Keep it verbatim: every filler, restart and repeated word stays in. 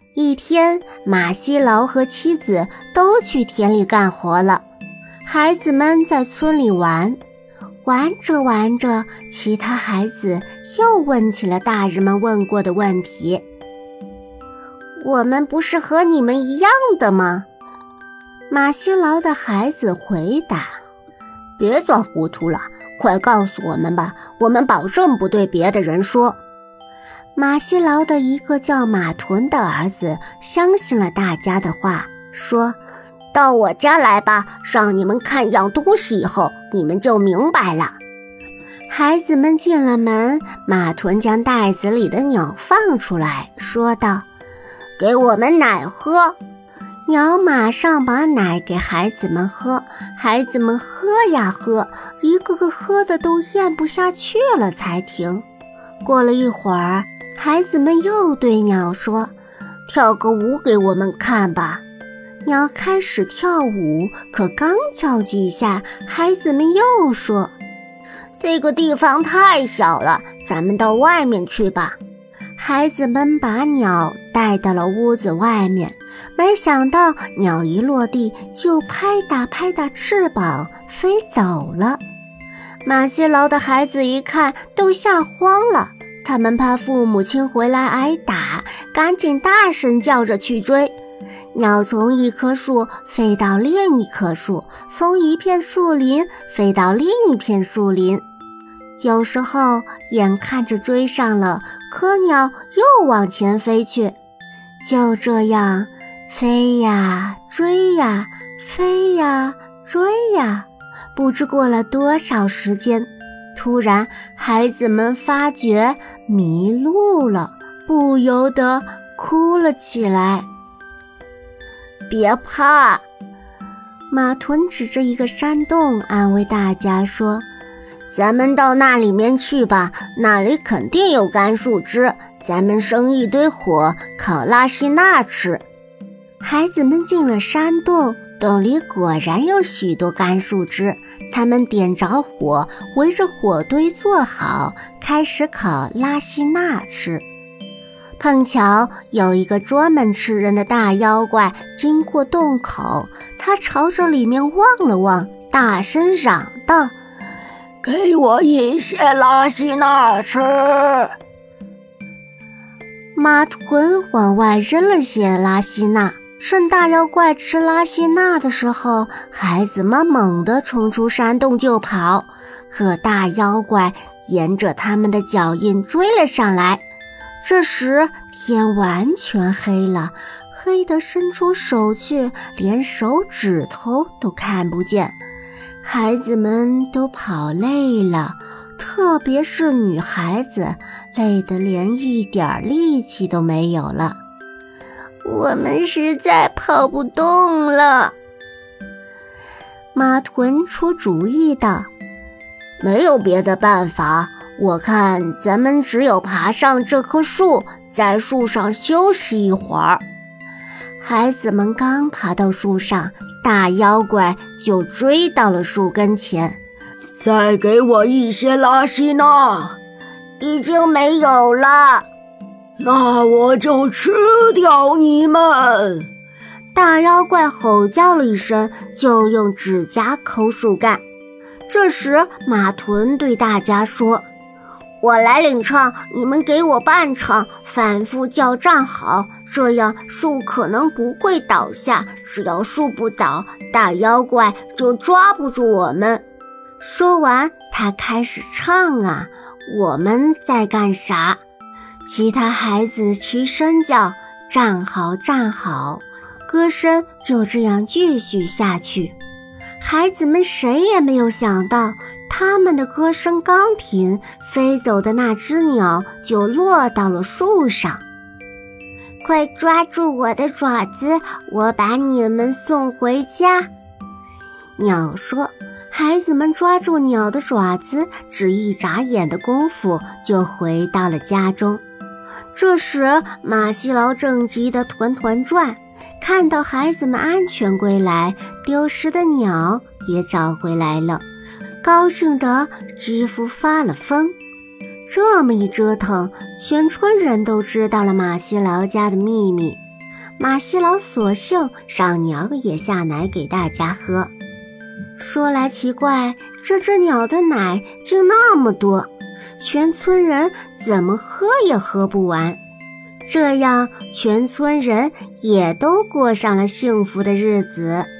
一天，马西劳和妻子都去田里干活了，孩子们在村里玩。玩着玩着，其他孩子又问起了大人们问过的问题。我们不是和你们一样的吗？马西劳的孩子回答。别装糊涂了，快告诉我们吧，我们保证不对别的人说。马西劳的一个叫马屯的儿子相信了大家的话，说，到我家来吧，让你们看样东西以后，你们就明白了。孩子们进了门，马屯将袋子里的鸟放出来，说道，给我们奶喝。鸟马上把奶给孩子们喝，孩子们喝呀喝，一个个喝的都咽不下去了才停。过了一会儿，孩子们又对鸟说，跳个舞给我们看吧。鸟开始跳舞，可刚跳几下，孩子们又说，这个地方太小了，咱们到外面去吧。孩子们把鸟带到了屋子外面，没想到鸟一落地就拍打拍打翅膀飞走了。马西劳的孩子一看都吓慌了，他们怕父母亲回来挨打，赶紧大声叫着去追。鸟从一棵树飞到另一棵树，从一片树林飞到另一片树林。有时候眼看着追上了，可鸟又往前飞去。就这样飞呀追呀飞呀追呀，不知过了多少时间，突然孩子们发觉迷路了，不由得哭了起来。别怕，马屯指着一个山洞安慰大家说，咱们到那里面去吧，那里肯定有干树枝，咱们生一堆火烤拉西纳吃。孩子们进了山洞，洞里果然有许多干树枝，他们点着火，围着火堆坐好，开始烤拉西纳吃。碰巧有一个专门吃人的大妖怪经过洞口，他朝着里面望了望，大声嚷道，给我一些拉西纳吃。马屯往外扔了些拉西纳，趁大妖怪吃拉西纳的时候，孩子们猛地冲出山洞就跑，可大妖怪沿着他们的脚印追了上来。这时天完全黑了，黑得伸出手去，连手指头都看不见。孩子们都跑累了，特别是女孩子，累得连一点力气都没有了。我们实在跑不动了。马屯出主意道，没有别的办法，我看咱们只有爬上这棵树，在树上休息一会儿。孩子们刚爬到树上，大妖怪就追到了树跟前。再给我一些拉西纳。已经没有了。那我就吃掉你们！大妖怪吼叫了一声，就用指甲抠树干。这时马屯对大家说，我来领唱，你们给我伴唱，反复叫站好，这样树可能不会倒下，只要树不倒，大妖怪就抓不住我们。说完他开始唱啊，我们在干啥？其他孩子齐声叫，站好站好，歌声就这样继续下去。孩子们谁也没有想到，他们的歌声刚停，飞走的那只鸟就落到了树上。快抓住我的爪子，我把你们送回家。鸟说，孩子们抓住鸟的爪子，只一眨眼的功夫就回到了家中。这时马西劳正急得团团转，看到孩子们安全归来，丢失的鸟也找回来了，高兴得几乎发了疯。这么一折腾，全村人都知道了马西劳家的秘密。 马西老索性让娘也下奶给大家喝。说来奇怪，这只鸟的奶竟那么多，全村人怎么喝也喝不完。这样，全村人也都过上了幸福的日子。